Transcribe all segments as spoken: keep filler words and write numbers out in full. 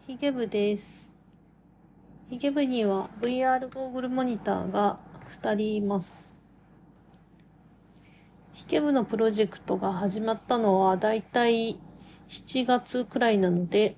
ヒゲ部です。ヒゲ部には ブイアール ゴーグルモニターがふたりいます。ヒゲ部のプロジェクトが始まったのはだいたいしちがつくらいなので、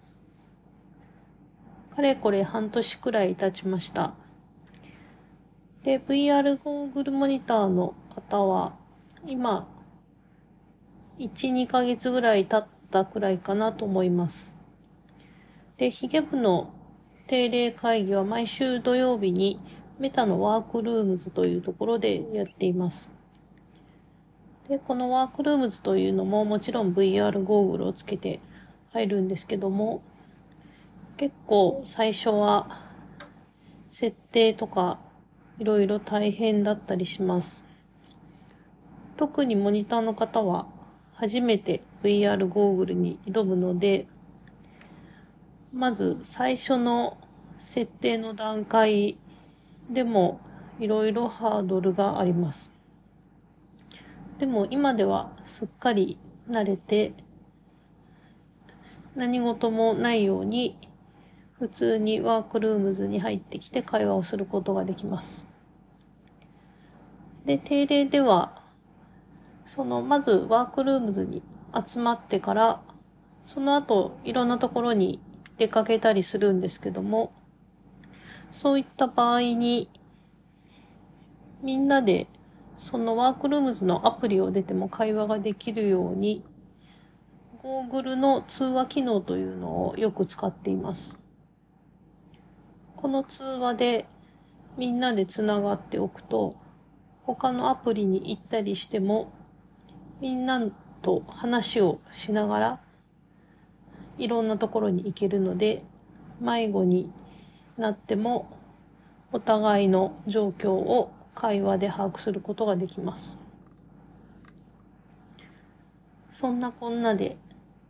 かれこれ半年くらい経ちました。で、ブイアール ゴーグルモニターの方は今いち、にかげつぐらい経ったくらいかなと思います。で、ヒゲ部の定例会議は毎週土曜日にメタのワークルームズというところでやっています。で、このワークルームズというのももちろん ブイアール ゴーグルをつけて入るんですけども、結構最初は設定とかいろいろ大変だったりします。特にモニターの方は初めて ブイアール ゴーグルに挑むので、まず最初の設定の段階でもいろいろハードルがあります。でも今ではすっかり慣れて、何事もないように普通にワークルームズに入ってきて会話をすることができます。で、定例ではそのまずワークルームズに集まってから、その後いろんなところに出かけたりするんですけども、そういった場合にみんなでそのワークルームズのアプリを出ても会話ができるように Google の通話機能というのをよく使っています。この通話でみんなでつながっておくと、他のアプリに行ったりしてもみんなと話をしながらいろんなところに行けるので、迷子になってもお互いの状況を会話で把握することができます。そんなこんなで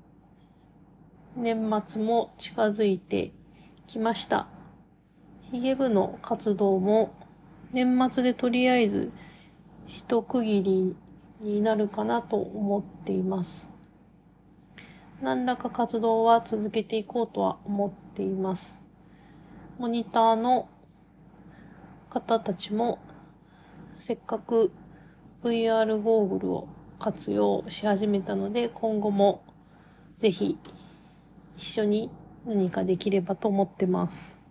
年末も近づいてきました。ヒゲ部の活動も年末でとりあえず一区切りになるかなと思っています。何らか活動は続けていこうとは思っています。モニターの方たちもせっかく ブイアール ゴーグルを活用し始めたので、今後もぜひ一緒に何かできればと思ってます。